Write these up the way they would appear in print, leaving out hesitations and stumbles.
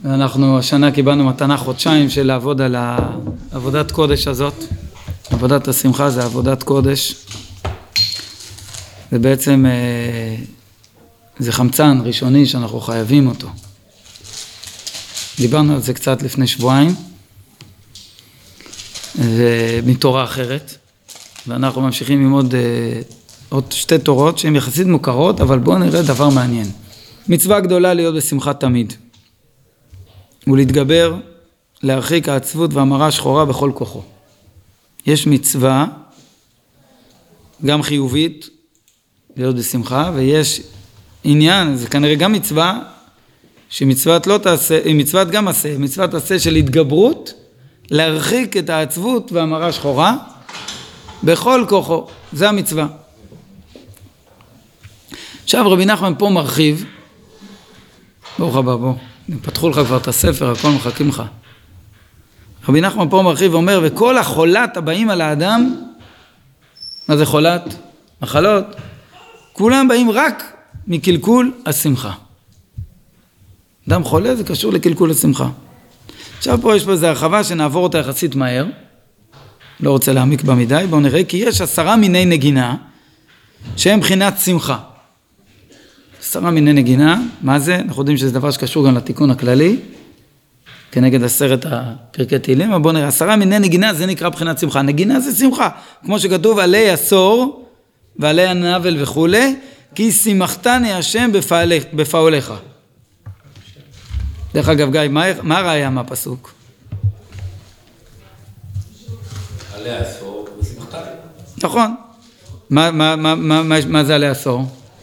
ואנחנו השנה קיבלנו מתנה חודשיים של לעבוד על העבודת קודש הזאת. עבודת השמחה זה עבודת קודש. זה בעצם, זה חמצן ראשוני שאנחנו חייבים אותו. דיברנו על זה קצת לפני שבועיים, מתורה אחרת, ואנחנו ממשיכים עם עוד שתי תורות שהן יחסית מוכרות, אבל בואו נראה דבר מעניין. מצווה גדולה להיות בשמחה תמיד, ולהתגבר, להרחיק העצבות והמרה שחורה בכל כוחו. יש מצווה, גם חיובית, להיות בשמחה, ויש עניין, זה כנראה גם מצווה, שמצוות לא תעשה, מצוות גם עשה, מצוות עשה של התגברות, להרחיק את העצבות והמרה שחורה, בכל כוחו, זה המצווה. עכשיו רבי נחמן פה מרחיב, ברוך הבא, בוא, פתחו לך כבר את הספר, הכל מחכים לך. רבי נחמן פה מרחיב ואומר, וכל החולת הבאים על האדם, מה זה חולת? מחלות, כולם באים רק מקלקול השמחה. אדם חולה זה קשור לקלקול השמחה. עכשיו פה יש פה איזו הרחבה שנעבור אותה יחסית מהר, לא רוצה להעמיק במדי, בואו נראה, כי יש 10 מיני נגינה, שהם בחינת שמחה. 10 מיני נגינה, מה זה? אנחנו יודעים שזה דבר שקשור גם לתיקון הכללי, כנגד 10 הפרקי תהילים, אבל בואו נראה, 10 מיני נגינה זה נקרא בחינת שמחה. נגינה זה שמחה, כמו שכתוב עלי עשור, ועלי הנבל וכו', כי שמחתני השם בפעוליך. דרך אגב גיא, מה הראיה מהפסוק? עלי עשור ושמחתני. נכון. מה זה עלי עשור?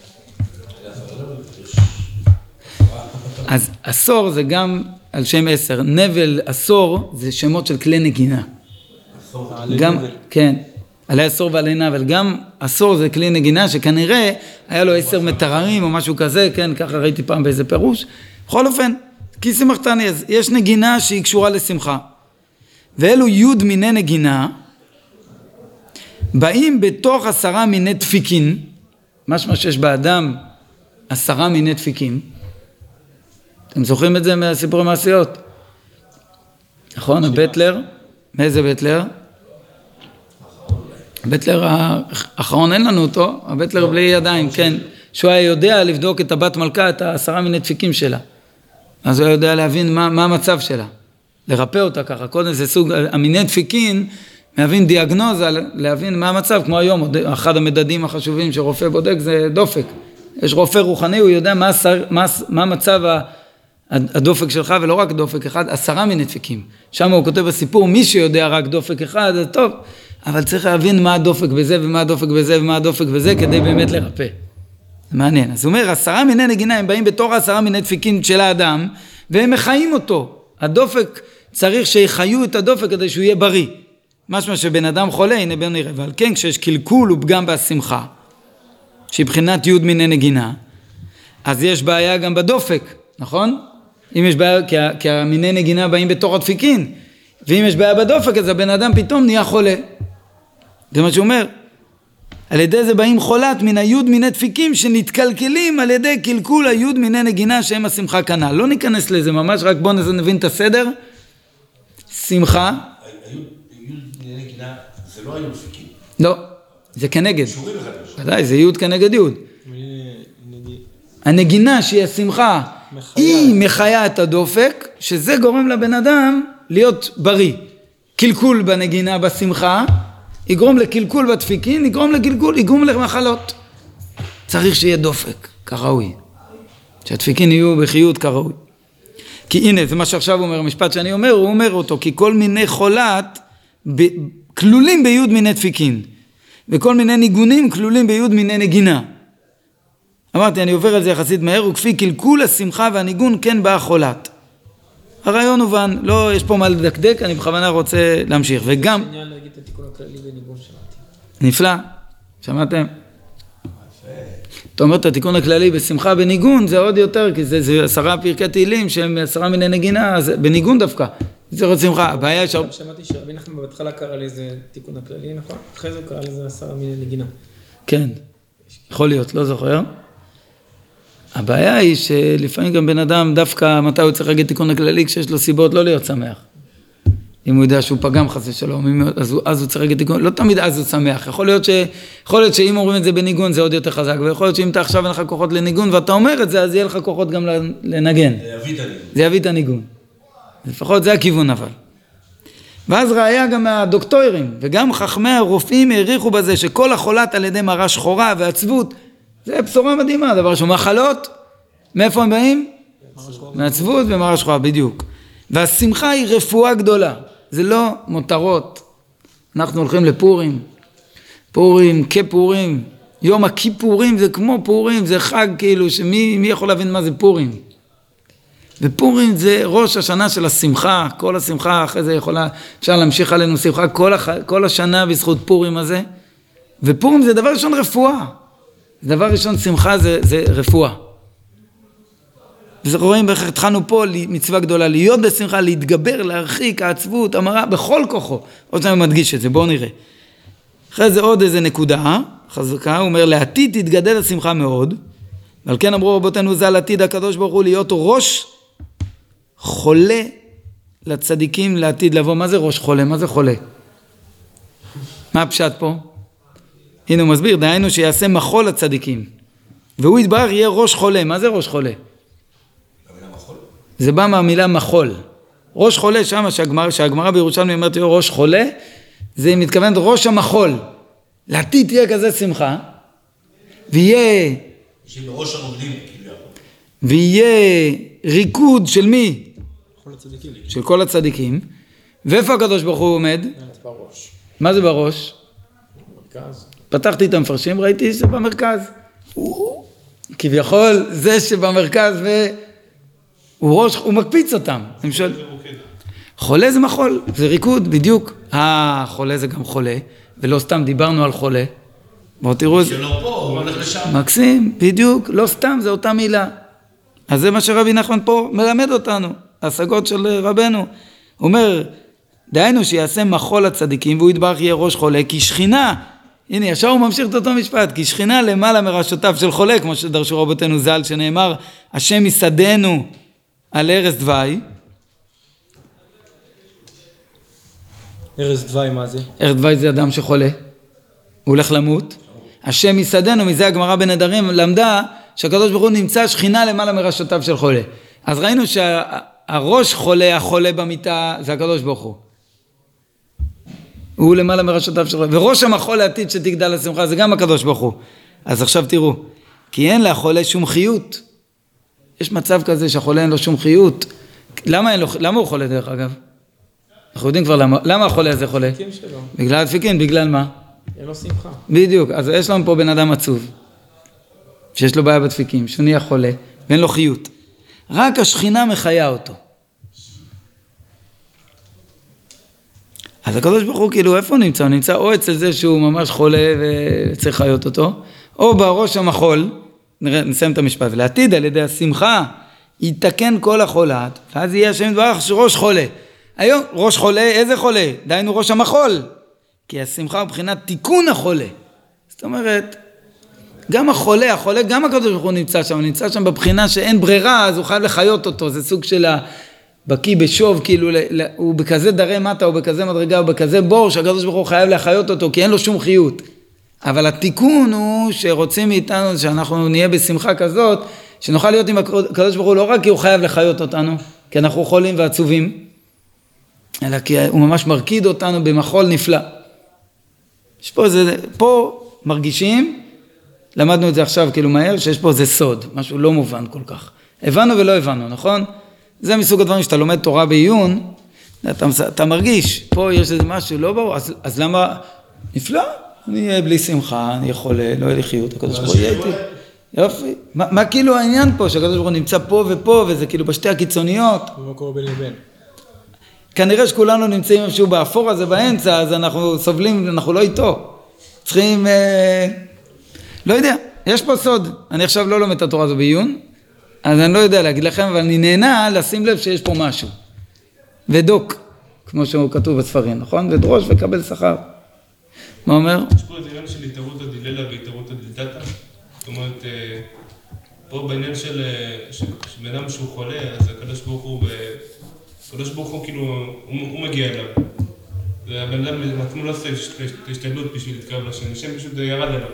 אז עשור זה גם על שם 10, נבל עשור זה שמות של כלי נגינה. גם, כן, עלי עשור ועלי נבל, גם עשור זה כלי נגינה שכנראה היה לו 10 מטררים או משהו כזה, כן, ככה ראיתי פעם באיזה פירוש. בכל אופן, כי שמחתני, יש נגינה שהיא קשורה לשמחה. ואלו י' מיני נגינה, באים בתוך 10 מיני דפיקין, משמע שיש באדם 10 מיני דפיקים. אתם זוכרים את זה מהסיפורי מעשיות? נכון, הבטלר, מאיזה בטלר? הבטלר האחרון אין לנו אותו, הבטלר בלי ידיים, כן. שהוא היה יודע לבדוק את הבת מלכה, את 10 מיני דפיקים שלה. אז הוא יודע להבין מה המצב שלה. לרפא אותה ככה. קודם זה סוג, המיני דפיקין, מהווים דיאגנוזה, להבין מה המצב, כמו היום, אחד המדדים החשובים שרופא בודק זה דופק. יש רופא רוחני, הוא יודע מה מצב הדופק שלך, ולא רק דופק אחד, 10 מיני דפקים. שם הוא כותב בסיפור, מי שיודע רק דופק אחד, זה טוב, אבל צריך להבין מה הדופק בזה, ומה הדופק בזה, ומה הדופק בזה, כדי באמת לרפא. זה מעניין. אז הוא אומר, 10 מיני נגינה, הם באים בתור 10 מיני דפקים של האדם, והם מחיים אותו. הדופק, צריך שיחיו את הדופק כדי שהוא יהיה בריא. משמע שבן אדם חולה, הנה בן נראה, ועל כן כשיש קלקול ופגם בשמחה, שהיא בחינת י' מיני נגינה, אז יש בעיה גם בדופק, נכון? אם יש בעיה, כי המיני נגינה באים בתור הדפיקין, ואם יש בעיה בדופק, אז הבן אדם פתאום נהיה חולה. זה מה שהוא אומר. על ידי זה באים חולת מן הי' מיני דפיקים שנתקלקלים על ידי קלקול הי' מיני נגינה שהם השמחה כנ"ל. לא ניכנס לזה ממש, רק בואו נבין את הסדר. שמחה. הי' נגינה זה לא היו דפיקים. לא, זה כנגד. שורים אחד לשני. ודאי, זה י' כנגד י'. הנגינה שהיא השמחה, היא מחיה את הדופק, שזה גורם לבן אדם להיות בריא. קלקול בנגינה בשמחה, יגרום לקלקול בדפיקין, יגרום למחלות. צריך שיהיה דופק, כראוי. שהדפיקין יהיו בחיות כראוי. כי הנה, זה מה שעכשיו הוא אומר, המשפט שאני אומר, הוא אומר אותו, כי כל מיני חולת כלולים בי' מיני דפיקין, וכל מיני ניגונים כלולים בי' מיני נגינה. אמרתי, אני עובר על זה יחסית מהר, וכפי קלקול השמחה והניגון כן באה חולת. הרעיון הובן, לא, יש פה מה לדקדק, אני בכוונה רוצה להמשיך. וגם... שנייה להגיד את התיקון הכללי בניגון שמעתי. נפלא, שמעתם? אתה אומר את התיקון הכללי בשמחה בניגון, זה עוד יותר, כי זה 10 פרקי תהילים שהם 10 מיני נגינה, אז בניגון דווקא. זה עוד שמחה, הבעיה יש... שמעתי שרבי נחמן בהתחלה קרא לזה תיקון הכללי, נכון? אחרי זה הוא קרא לזה 10 מיני נגינה. כן, יכול להיות, לא זוכר. הבעיה היא שלפעמים גם בן אדם דווקא מתי הוא צריך להגיד תיקון הכללי כשיש לו סיבות לא להיות שמח. אם הוא יודע שהוא פגם חס ושלום, אז הוא צריך להגיד תיקון, לא תמיד אז הוא שמח. יכול להיות שאם אומרים את זה בניגון זה עוד יותר חזק, ויכול להיות שאם אתה עכשיו אין לך כוחות לניגון ואתה אומר את זה, אז יהיה לך כוחות גם לנגן. זה יביא את הניגון. לפחות זה הכיוון אבל. ואז ראיה גם מהדוקטורים, וגם חכמי הרופאים העריכו בזה שכל החולת על ידי מראה שחורה ועצבות, זה בשורה מדהימה, דבר שהוא מחלות, מאיפה הם באים? מעצבות ומראה שחורה, בדיוק. והשמחה היא רפואה גדולה, זה לא מותרות. אנחנו הולכים לפורים, פורים כפורים, יום הכיפורים זה כמו פורים, זה חג כאילו, מי יכול להבין מה זה פורים? ופורים זה ראש השנה של השמחה, כל השמחה אחרי זה אפשר להמשיך עלינו שמחה כל השנה בזכות פורים הזה. ופורים זה דבר ראשון רפואה, דבר ראשון שמחה זה רפואה. וזה רואים איך התחלנו פה מצווה גדולה, להיות בשמחה, להתגבר, להרחיק, העצבות, המראה, בכל כוחו. עוד שאני מדגיש את זה, בואו נראה. אחרי זה עוד איזה נקודה חזקה, הוא אומר לעתיד תתגדל השמחה מאוד, ועל כן אמרו רבותינו ז"ל עתיד הקדוש ברוך הוא להיות ראש חולה לצדיקים לעתיד לבוא. מה זה ראש חולה? מה זה חולה? מה הפשט פה? הנה הוא מסביר, דהיינו שיעשה מחול לצדיקים. והוא יתברך יהיה ראש חולה. מה זה ראש חולה? זה בא מהמילה מחול. ראש חולה שם שהגמרא בירושלמי אומרת ראש חולה, זה מתכוון ראש המחול. לעתיד תהיה כזה שמחה, ויהיה בראש הרוקדים, ויהיה ריקוד של מי? של כל הצדיקים. ואיפה הקדוש ברוך הוא עומד? בראש. מה זה בראש? במרכז. פתחתי את המפרשים, ראיתי שזה במרכז. כביכול זה שבמרכז הוא מקפיץ אותם. חולה זה מחול, זה ריקוד, בדיוק. חולה זה גם חולה, ולא סתם דיברנו על חולה. בואו תראו את זה. שלא פה, הוא הולך לשם. מקסים, בדיוק, לא סתם, זה אותה מילה. אז זה מה שרבי נחמן פה מלמד אותנו, ההשגות של רבנו. הוא אומר, דהיינו שיעשה מחול לצדיקים, והוא יתברך יהיה ראש חולה, כי שכינה, הנה ישר הוא ממשיך את אותו משפט, כי שכינה למעלה מראשותיו של חולה, כמו שדרשו רבותינו ז"ל, שנאמר, השם יסדנו על ערש דווי. ערש דווי מה זה? ערש דווי זה אדם שחולה, הוא הולך למות. השם יסדנו, מזה הגמרא בנדרים למדה, שהקדוש ברוך הוא נמצא שכינה למעלה מראשותיו של חולה. אז ראינו שהראש חולה, החולה במיטה, זה הקדוש ברוך הוא. הוא למעלה מראשותיו של חולה. וראש המחול לעתיד שתגדל השמחה, זה גם הקדוש ברוך הוא. אז עכשיו תראו, כי אין לחולה שום חיות. יש מצב כזה שהחולה אין לו שום חיות. למה הוא חולה דרך אגב? אנחנו יודעים כבר למה החולה הזה חולה? בגלל הדפיקין, בגלל מה? אין לו שמחה. בדיוק, אז יש לנו פה בן אדם עצוב. שיש לו בעיה בדפיקים, שהוא נהיה חולה, ואין לו חיות. רק השכינה מחיה אותו. אז הקדוש ברוך הוא כאילו, איפה הוא נמצא? הוא נמצא או אצל זה שהוא ממש חולה וצריך חיות אותו, או בראש המחול, נסיים את המשפט, ולעתיד על ידי השמחה, יתקן כל החולת, ואז יהיה השם יתברך ראש חולה. היום, ראש חולה, איזה חולה? דהיינו ראש המחול. כי השמחה הוא מבחינת תיקון החולה. זאת אומרת, גם החולה, גם הקדוש ברוך הוא נמצא שם, הוא נמצא שם בבחינה שאין ברירה, אז הוא חייב לחיות אותו, זה סוג של הבקי בשוב, כאילו הוא בכזה דרי מטה, הוא בכזה מדרגה, הוא בכזה בור, שהקדוש ברוך הוא חייב לחיות אותו, כי אין לו שום חיות. אבל התיקון הוא שרוצים מאיתנו, שאנחנו נהיה בשמחה כזאת, שנוכל להיות עם הקדוש ברוך הוא לא רק כי הוא חייב לחיות אותנו, כי אנחנו חולים ועצובים, אלא כי הוא ממש מרקיד אותנו במחול נפלא. יש פה פה מרגישים, למדנו את זה עכשיו כאילו מהר, שיש פה זה סוד, משהו לא מובן כל כך. הבנו ולא הבנו, נכון? זה מסוג הדברים שאתה לומד תורה בעיון, אתה מרגיש, פה יש איזה משהו לא ברור, אז למה? נפלא, אני אהיה בלי שמחה, אני יכול, לא יהיה לי חיות, הקדוש ברוך הוא יהיה איתי. יופי. מה כאילו העניין פה, שהקדוש ברוך הוא נמצא פה ופה, וזה כאילו בשתי הקיצוניות? מה קורה בין לבין? כנראה שכולנו נמצאים איפשהו באפור הזה באמצע, אז אנחנו סובלים, אנחנו לא איתו. צריכים, לא יודע, יש פה סוד. אני עכשיו לא לומד את התורה הזו בעיון, אז אני לא יודע להגיד לכם, אבל אני נהנה לשים לב שיש פה משהו. ודוק, כמו שהוא כתוב בספרים, נכון? ודרוש וקבל שכר. מה אומר? יש פה איזה עניין של התערות הדיללה והתערות הדילדתה. זאת אומרת, פה בעניין של בן אדם שהוא חולה, אז הקדוש ברוך הוא כאילו, הוא מגיע אליו. והבן אדם עצמו לא עושה השתדלות בשביל להתקרב לשם, השם פשוט ירד אליו.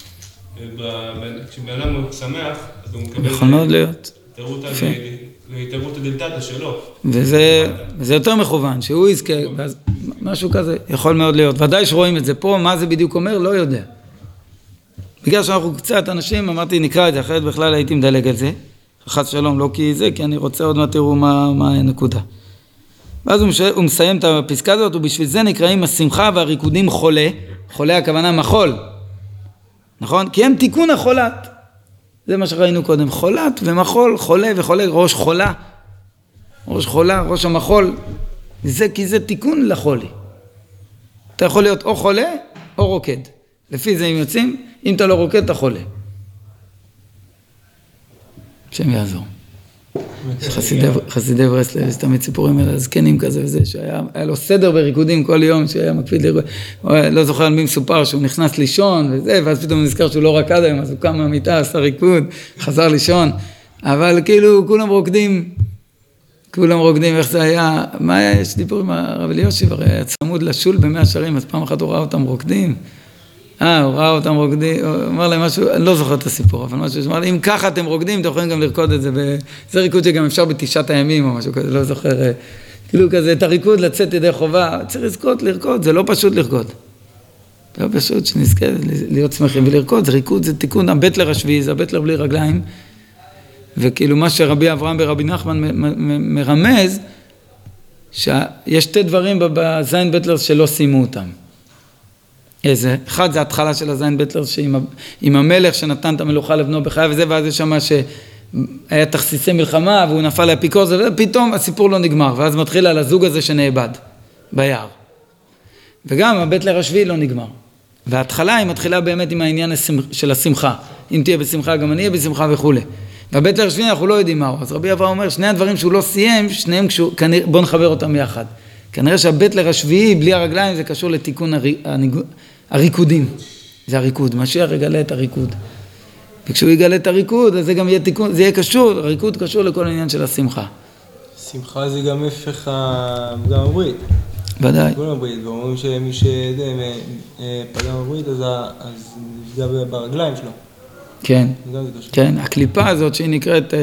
כשבן אדם הוא שמח, אז הוא מקבל... יכול מאוד להיות. התערבות הדלתתא שלו. וזה יותר מכוון, שהוא יזכה, משהו כזה יכול מאוד להיות. ודאי שרואים את זה פה, מה זה בדיוק אומר, לא יודע. בגלל שאנחנו קצת אנשים, אמרתי נקרא את זה, אחרת בכלל הייתי מדלג על זה. חס שלום, לא כי זה, כי אני רוצה עוד מעט תראו מה הנקודה. ואז הוא מסיים את הפסקה הזאת, ובשביל זה נקראים השמחה והריקודים חולה. חולה הכוונה מחול. נכון? כי הם תיקון החולת. זה מה שראינו קודם. חולת ומחול, חולה וחולה, ראש חולה. ראש חולה, ראש המחול. וזה כי זה תיקון לחולי. אתה יכול להיות או חולה או רוקד. לפי זה הם יוצאים, אם אתה לא רוקד אתה חולה. השם יעזור. חסידי ברסלב, יש תמיד סיפורים על הזקנים כזה וזה, שהיה לו סדר בריקודים כל יום, שהיה מקפיד לרקוד, לא זוכר על מי מסופר שהוא נכנס לישון וזה, ואז פתאום הוא נזכר שהוא לא רקד היום, אז הוא קם מהמיטה, עשה ריקוד, חזר לישון, אבל כאילו כולם רוקדים, איך זה היה, מה היה, יש דיבור עם הרב אלישיב, הרי היה צמוד לשול במאה שערים, אז פעם אחת הוא ראה אותם רוקדים, הוא ראה אותם רוקדים, הוא אמר להם משהו, אני לא זוכר את הסיפור, אבל משהו שאמר לי, אם ככה אתם רוקדים, אתם יכולים גם לרקוד את זה, זה ריקוד שגם אפשר בתשעת הימים או משהו כזה, לא זוכר, כאילו כזה, את הריקוד לצאת ידי חובה, צריך לזכות לרקוד, זה לא פשוט לרקוד. זה לא פשוט שנזכה להיות שמחים ולרקוד, זה ריקוד, זה תיקון, הבטלר השביעי, זה הבטלר בלי רגליים, וכאילו מה שרבי אברהם ברבי נחמן מרמז, שיש שתי דברים בזין בטלר שלא סיימו אותם. איזה? אחד זה התחלה של הזין בטלר עם המלך שנתן את המלוכה לבנו בחייו וזה, ואז יש שם שהיה תכסיסי מלחמה והוא נפל לאפיקורס, ופתאום הסיפור לא נגמר, ואז מתחיל על הזוג הזה שנאבד ביער. וגם הבטלר השביעי לא נגמר. וההתחלה היא מתחילה באמת עם העניין של השמחה. אם תהיה בשמחה, גם אני אהיה בשמחה וכו'. והבטלר השביעי אנחנו לא יודעים מהו. אז רבי אברהם אומר, שני הדברים שהוא לא סיים, שניהם בוא נחבר אותם יחד. כנראה שהבטלר השביעי בלי הרגליים זה קשור לתיקון הריקודים. זה הריקוד, משיח יגלה את הריקוד. וכשהוא יגלה את הריקוד, אז זה גם יהיה תיקון, זה יהיה קשור, הריקוד קשור לכל העניין של השמחה. שמחה זה גם הפך גם הברית. ודאי. כל הברית, ואומרים שמי שפגם הברית, אז נפגע ברגליים שלו. כן, כן, הקליפה הזאת שהיא נקראת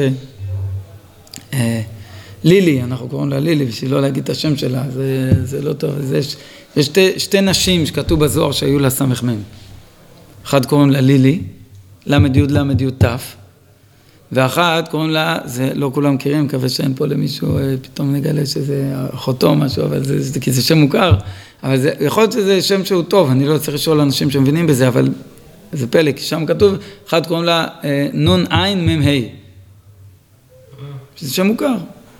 לילי, אנחנו קוראים לה לילי, בשביל לא להגיד את השם שלה, זה לא טוב. יש שתי נשים שכתוב בזוהר שהיו לה סמ"ם. אחד קוראים לה לילי, למד י' תף, ואחת קוראים לה, זה לא כולם מכירים, מקווה שאין פה למישהו, פתאום נגלה שזה אחותו או משהו, אבל כי זה שם מוכר, אבל יכול להיות שזה שם שהוא טוב, אני לא צריך לשאול אנשים שמבינים בזה, אבל זה פלא, כי שם כתוב, אחד קוראים לה נון עין מם ה', שזה שם מוכר.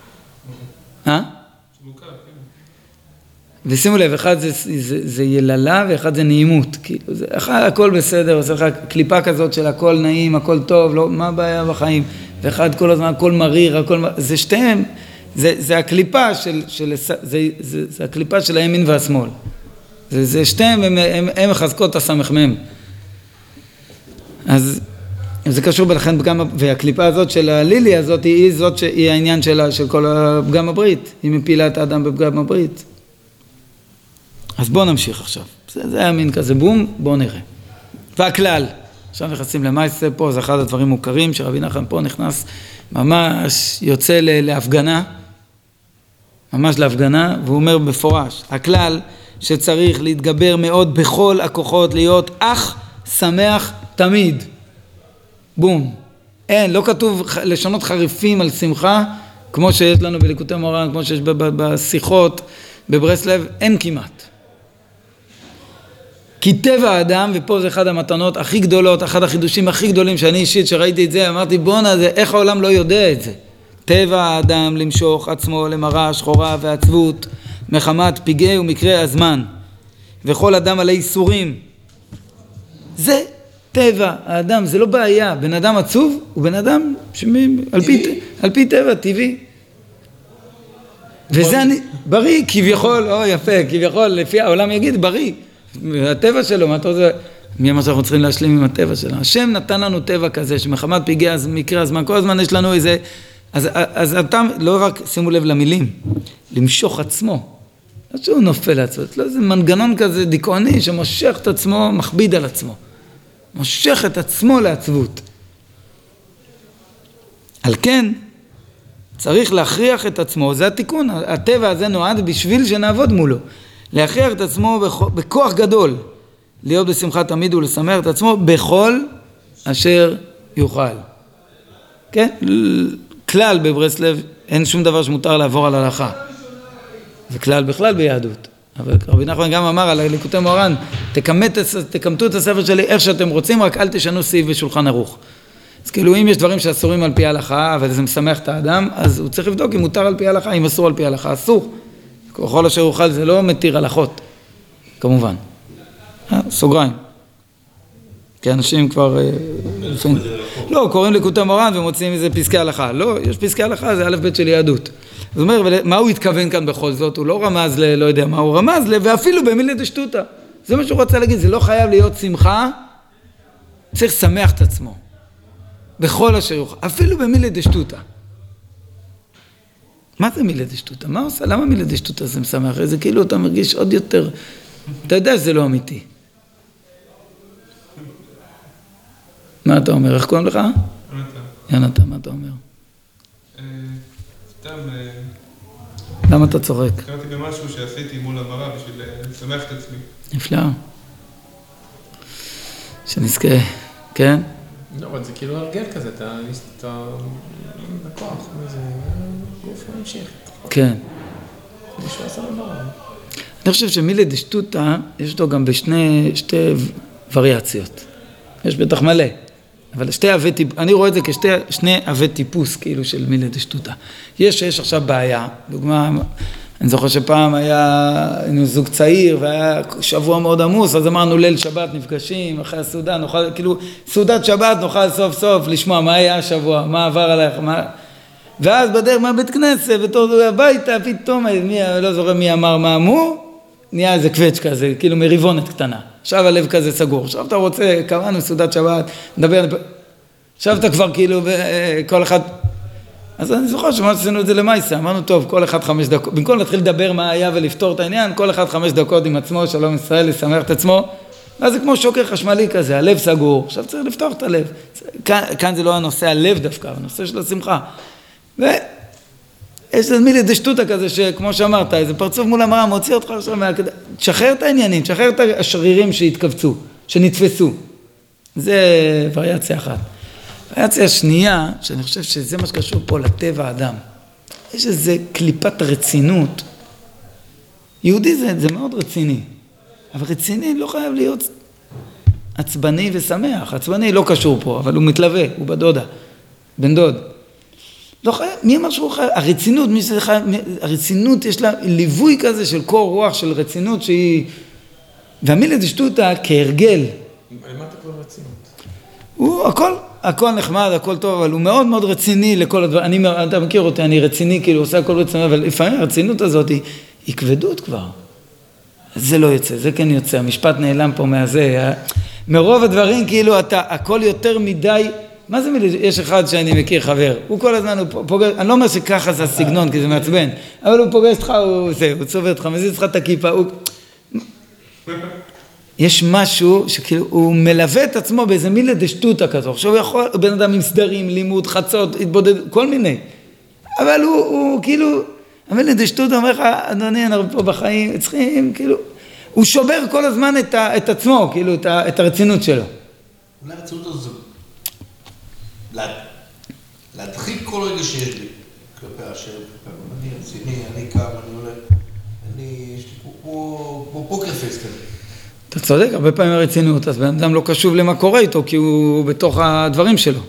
מוכר, כן. ושימו לב, אחד זה יללה ואחד זה נעימות, כאילו, הכל בסדר, עושה לך קליפה כזאת של הכל נעים, הכל טוב, לא, מה הבעיה בחיים, ואחד כל הזמן, הכל מריר, זה שתיהם, זה הקליפה זה הקליפה של הימין והשמאל, זה שתיהם, הם מחזקות את הסמ"ם, אז זה קשור בלכן פגם, והקליפה הזאת של הלילי הזאת היא זאת שהיא העניין של כל הפגם הברית, היא מפילה את האדם בפגם הברית. אז בואו נמשיך עכשיו, זה היה מין כזה בום, בואו נראה. והכלל, עכשיו נכנסים למעשה פה, זה אחד הדברים מוכרים, שרבי נחמן פה נכנס ממש יוצא להפגנה, ממש להפגנה, והוא אומר בפורש, הכלל שצריך להתגבר מאוד בכל הכוחות, להיות אך שמח תמיד. בום. אין, לא כתוב לשונות חריפים על שמחה, כמו שיש לנו בליקוטי מוהר"ן, כמו שיש בשיחות בברסלב, אין כמעט. כי טבע האדם, ופה זה אחד המתנות הכי גדולות, אחד החידושים הכי גדולים שאני אישית שראיתי את זה, אמרתי בונה, איך העולם לא יודע את זה? טבע האדם למשוך עצמו למראה שחורה ועצבות, מחמת פגעי ומקרה הזמן, וכל אדם עלי איסורים. זה טבע האדם, זה לא בעיה, בן אדם עצוב הוא בן אדם על פי טבע טבעי. וזה אני, בריא, כביכול, יפה, כביכול, לפי העולם יגיד בריא, הטבע שלו, מה אתה רוצה, מי מה שאנחנו צריכים להשלים עם הטבע שלנו. השם נתן לנו טבע כזה, שמחמת פגעי מקרה הזמן, כל הזמן יש לנו איזה, אז אתה לא רק, שימו לב למילים, למשוך עצמו, לא שהוא נופל לעצמו, לא איזה מנגנון כזה דיכאוני, שמושך את עצמו, מכביד על עצמו, מושך את עצמו לעצבות. על כן, צריך להכריח את עצמו, זה התיקון, הטבע הזה נועד בשביל שנעבוד מולו, להכריח את עצמו בכוח גדול, להיות בשמחה תמיד ולשמח את עצמו בכל אשר יוכל. כן? כלל בברסלב, אין שום דבר שמותר לעבור על הלכה. זה כלל בכלל ביהדות. אבל רבי נחמן גם אמר על ליקוטי מוהר"ן, תקמטו את הספר שלי איך שאתם רוצים, רק אל תשנו סעיף בשולחן ערוך. אז כאילו אם יש דברים שאסורים על פי ההלכה, אבל זה משמח את האדם, אז הוא צריך לבדוק אם מותר על פי ההלכה, אם אסור על פי ההלכה, אסור. כל אשר יוכל זה לא מתיר הלכות, כמובן. סוגריים. כי אנשים כבר... לא, קוראים ליקוטי מוהר"ן ומוצאים איזה פסקי הלכה. לא, יש פסקי הלכה, זה א' ב' של יהדות. זאת אומרת, מה הוא התכוון כאן בכל זאת? הוא לא רמז לא יודע מה הוא רמז ואפילו במילי דשטותא. זה מה שהוא רוצה להגיד, זה לא חייב להיות שמחה, צריך לשמח את עצמו. בכל אשר יוכל, אפילו במילי דשטותא. מה זה מילי דשטותא? מה עושה? למה מילי דשטותא זה משמח? זה כאילו אתה מרגיש עוד יותר... אתה יודע שזה לא אמיתי. מה אתה אומר? איך קוראים לך? יונתן, מה אתה אומר? סתם... למה אתה צוחק? קראתי במשהו שעשיתי מול המראה בשביל לשמח את עצמי. נפלא. שנזכה, כן? לא, אבל זה כאילו הרגל כזה, אתה בכוח, זה גוף ממשיך. כן. מישהו עשה דבר. אני חושב שמילי דשטותא יש אותו גם שתי וריאציות. יש בטח מלא. אבל אני רואה את זה כשני אבי טיפוס כאילו של מילי דשטותא. יש עכשיו בעיה, דוגמה, אני זוכר שפעם היינו זוג צעיר והיה שבוע מאוד עמוס, אז אמרנו ליל שבת נפגשים, אחרי הסעודה נוכל, כאילו סעודת שבת נוכל סוף סוף לשמוע מה היה השבוע, מה עבר עליך, ואז בדרך מהבית כנסת, בתור הביתה, פתאום, לא זוכר מי אמר מה אמרו, נהיה איזה קווץ' כזה, כאילו מריבונת קטנה. עכשיו הלב כזה סגור. עכשיו אתה רוצה, קראנו סעודת שבת, נדבר, עכשיו אתה כבר כאילו, כל אחד... אז אני זוכר שמה שעשינו את זה למייסה, אמרנו טוב, כל אחד 5 דקות, במקום להתחיל לדבר מה היה ולפתור את העניין, כל אחד 5 דקות עם עצמו, שלום ישראל, לשמח את עצמו, ואז זה כמו שוקר חשמלי כזה, הלב סגור, עכשיו צריך לפתוח את הלב. כאן זה לא הנושא הלב דווקא, הנושא של השמחה. ויש איזה מילי דשטותא כזה שכמו שאמרת, איזה פרצוף מול המראה, מוציא אותך עכשיו תשחרר את העניינים, תשחרר את השרירים שהתכווצו, שנתפסו. זה וריאציה אחת. וריאציה שנייה, שאני חושב שזה מה שקשור פה לטבע האדם. יש איזה קליפת רצינות. יהודי זה מאוד רציני, אבל רציני לא חייב להיות עצבני ושמח. עצבני לא קשור פה, אבל הוא מתלווה, הוא בדודה, בן דוד. לא חייב, מי אמר שהוא חייב? הרצינות יש לה ליווי כזה של קור רוח של רצינות שהיא... והמילי דשטותא כהרגל. למה אתה כבר רצינות? הוא הכל נחמד, הכל טוב, אבל הוא מאוד מאוד רציני לכל הדברים. אתה מכיר אותי, אני רציני, כאילו עושה הכל רציני, אבל לפעמים הרצינות הזאת היא כבדות כבר. זה לא יוצא, זה כן יוצא, המשפט נעלם פה מהזה. מרוב הדברים כאילו הכל יותר מדי... מה זה מילי? יש אחד שאני מכיר חבר, הוא כל הזמן, הוא פוגש, אני לא אומר שככה זה הסגנון, כי זה מעצבן, אבל הוא פוגש אותך, הוא צובע אותך, מזיז אותך את הכיפה, יש משהו שכאילו, הוא מלווה את עצמו באיזה מילי דשטותא כזו, עכשיו הוא יכול, הוא בן אדם עם סדרים, לימוד, חצות, התבודד, כל מיני, אבל הוא כאילו, המילי דשטותא אומר לך, אדוני, אנחנו פה בחיים, צריכים, כאילו, הוא שובר כל הזמן את עצמו, כאילו, את הרצינות שלו. אולי הרצינות הזו, להדחיק כל רגע שיש לי כלפי השם, אני רציני, אני קם, אני הולך, יש לי כמו פוקר פייס כזה. אתה צודק, הרבה פעמים הרצינות, אז בן אדם לא קשוב למה קורה איתו, כי הוא בתוך הדברים שלו.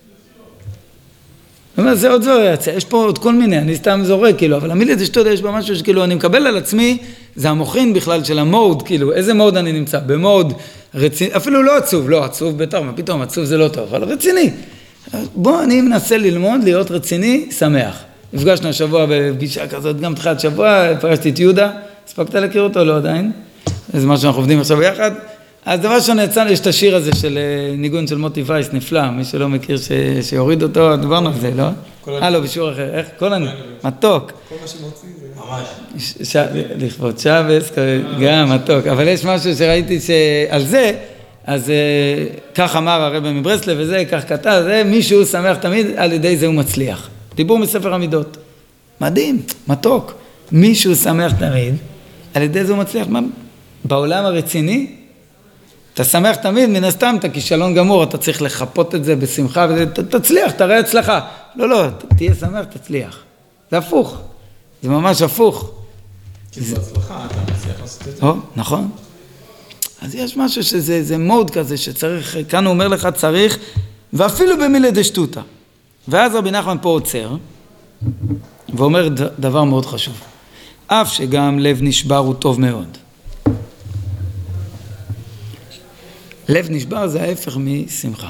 זה עוד וריאציה, יש פה עוד כל מיני, אני סתם זורק, כאילו, אבל המילי דשטותא יש בה משהו שכאילו, אני מקבל על עצמי, זה המוחין בכלל של המוד, כאילו, איזה מוד אני נמצא? במוד רציני, אפילו לא עצוב, לא עצוב בטח, מה פתאום, עצוב זה לא טוב, אבל רציני. בוא, אני מנסה ללמוד, להיות רציני, שמח. נפגשנו השבוע בפגישה כזאת, גם תחילת שבוע, פגשתי את יהודה, הספקת להכיר אותו, לא עדיין. זה מה שאנחנו עובדים עכשיו ביחד. אז דבר ראשון יצא לי, יש את השיר הזה של ניגון של מוטי וייס, נפלא, מי שלא מכיר שיוריד אותו, דברנו על זה, לא? לא, בשיעור אחר, איך? מתוק. כל מה שמוציא זה... ממש. לכבוד שבס, גם מתוק, אבל יש משהו שראיתי שעל זה, אז כך אמר הרב מברסלב וזה, כך כתב, זה מישהו שמח תמיד, על ידי זה הוא מצליח. דיבור מספר המידות. מדהים, מתוק. מישהו שמח תמיד, על ידי זה הוא מצליח. בעולם הרציני, אתה שמח תמיד, מן הסתם, אתה כישלון גמור, אתה צריך לחפות את זה בשמחה, ותצליח, תראה הצלחה. לא, תהיה שמח, תצליח. זה הפוך, זה ממש הפוך. כי זו הצלחה, אתה מצליח לעשות את זה. נכון. אז יש משהו שזה מוד כזה שצריך, כאן הוא אומר לך צריך, ואפילו במילי דשטוטה. ואז רבי נחמן פה עוצר, ואומר דבר מאוד חשוב. אף שגם לב נשבר הוא טוב מאוד. לב נשבר זה ההפך משמחה.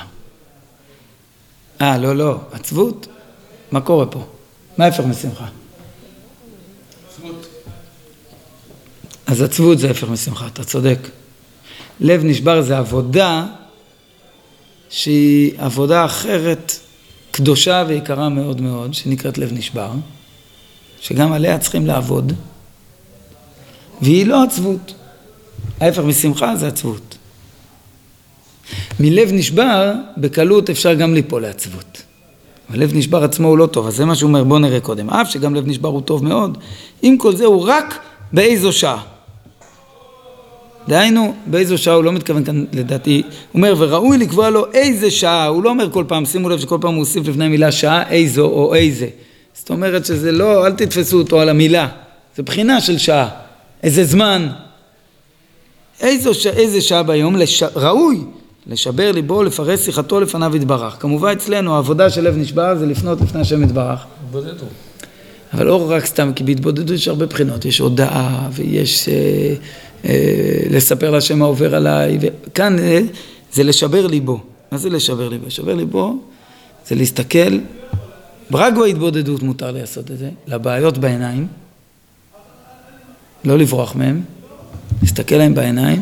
לא, עצבות? מה קורה פה? מה ההפך משמחה? עצבות. אז עצבות זה ההפך משמחה, אתה צודק. לב נשבר זה עבודה שהיא עבודה אחרת, קדושה ויקרה מאוד מאוד, שנקראת לב נשבר, שגם עליה צריכים לעבוד, והיא לא עצבות. ההפך משמחה זה עצבות. מלב נשבר, בקלות אפשר גם ליפול לעצבות. אבל לב נשבר עצמו הוא לא טוב, אז זה מה שהוא אומר, בוא נראה קודם. אף שגם לב נשבר הוא טוב מאוד, עם כל זה הוא רק באיזו שעה. דהיינו, באיזו שעה הוא לא מתכוון כאן לדעתי, הוא אומר, וראוי לקבוע לו איזה שעה, הוא לא אומר כל פעם, שימו לב שכל פעם הוא הוסיף לפני מילה שעה, איזו או איזה. זאת אומרת שזה לא, אל תתפסו אותו על המילה, זה בחינה של שעה, איזה זמן, איזה שעה ביום, ראוי לשבר ליבו, לפרש שיחתו לפניו יתברך. כמובן אצלנו העבודה של לב נשבר זה לפנות לפני השם יתברך. בודדו. אבל לא רק סתם, כי בהתבודדות יש הרבה בחינות, יש הודעה ויש לספר להשם מה עובר עליי, וכאן זה לשבר ליבו. מה זה לשבר ליבו? לשבר ליבו זה להסתכל, רק בהתבודדות מותר לעשות את זה, לבעיות בעיניים, לא לברוח מהם, להסתכל להם בעיניים,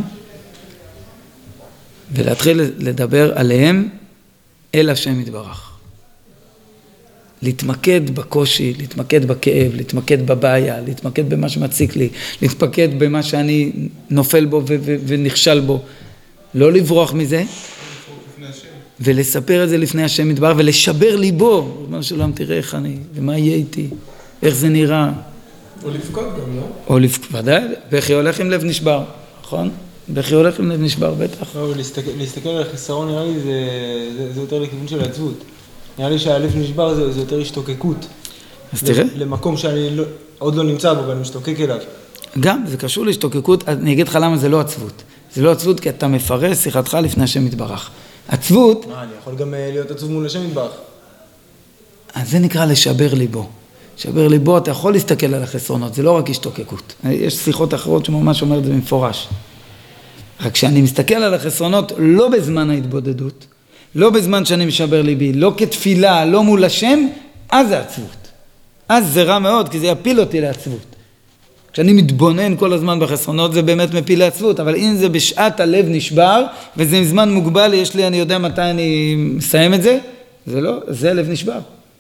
ולהתחיל לדבר עליהם אל השם יתברך. להתמקד בקושי, להתמקד בכאב, להתמקד בבעיה, להתמקד במה שמציק לי, להתמקד במה שאני נופל בו ונכשל בו. לא לברוח מזה, ולספר את זה לפני השם יתברך, ולשבר ליבו. ריבונו של עולם, תראה איך אני, ומה יהיה איתי, איך זה נראה. או לבכות גם, לא? או ודאי, בכי הולך עם לב נשבר, נכון? בכי הולך עם לב נשבר, בטח. לא, להסתכל על החיסרון נראה לי זה יותר לכיוון של העצבות. נראה לי שהלב נשבר זה יותר השתוקקות. אז תראה. למקום שאני עוד לא נמצא בו ואני משתוקק אליו. גם, זה קשור להשתוקקות, אני אגיד לך למה זה לא עצבות. זה לא עצבות כי אתה מפרש שיחתך לפני השם יתברך. עצבות... אני יכול גם להיות עצוב מול השם יתברך. אז זה נקרא לשבר ליבו. שבר ליבו, אתה יכול להסתכל על החסרונות, זה לא רק השתוקקות. יש שיחות אחרות שממש אומר את זה במפורש. רק כשאני מסתכל על החסרונות, לא בזמן ההתבודדות, לא בזמן שאני משבר ליבי, לא כתפילה, לא מול השם, אז זה עצבות. אז זה רע מאוד, כי זה יפיל אותי לעצבות. כשאני מתבונן כל הזמן בחסרונות, זה באמת מפיל לעצבות, אבל אם זה בשעת הלב נשבר, וזה עם זמן מוגבל, יש לי, אני יודע מתי אני מסיים את זה, זה לא, זה לב נשבר.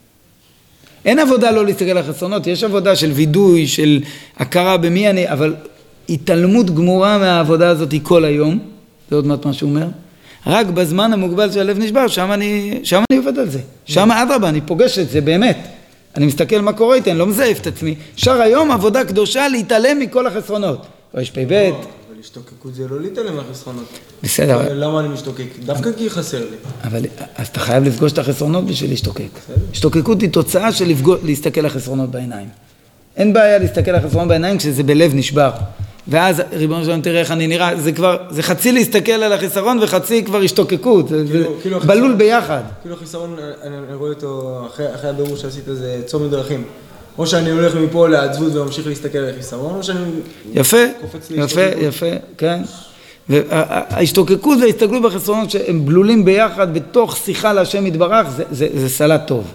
אין עבודה לא להסתכל על החסרונות, יש עבודה של וידוי, של הכרה במי אני, אבל התעלמות גמורה מהעבודה הזאת היא כל היום, זה עוד מעט מה שהוא אומר, רק בזמן המוגבל של הלב נשבר, שם אני עובד על זה. שם אדרבה, אני פוגש את זה באמת. אני מסתכל מה קורה איתי, אני לא מזייף את עצמי. שר היום עבודה קדושה להתעלם מכל החסרונות. או יש פי בית. אבל השתוקקות זה לא להתעלם מהחסרונות. בסדר. למה אני משתוקק? דווקא כי חסר לי. אבל אז אתה חייב לפגוש את החסרונות בשביל להשתוקק. השתוקקות היא תוצאה של להסתכל על החסרונות בעיניים. אין בעיה להסתכל על החסרונות בעיניים כשזה בלב נשבר. ואז ריבונו שלנו תראה איך אני נראה, זה חצי להסתכל על החיסרון וחצי כבר השתוקקות, זה בלול ביחד. כאילו החיסרון, אני רואה אותו אחרי הבירור שעשית, זה צומת דרכים. או שאני הולך מפה לעצבות וממשיך להסתכל על החיסרון, או שאני קופץ להשתוקקות. יפה, כן. וההשתוקקות וההסתכלות בחסרונות שהם בלולים ביחד בתוך שיחה להשם יתברך, זה סלט טוב.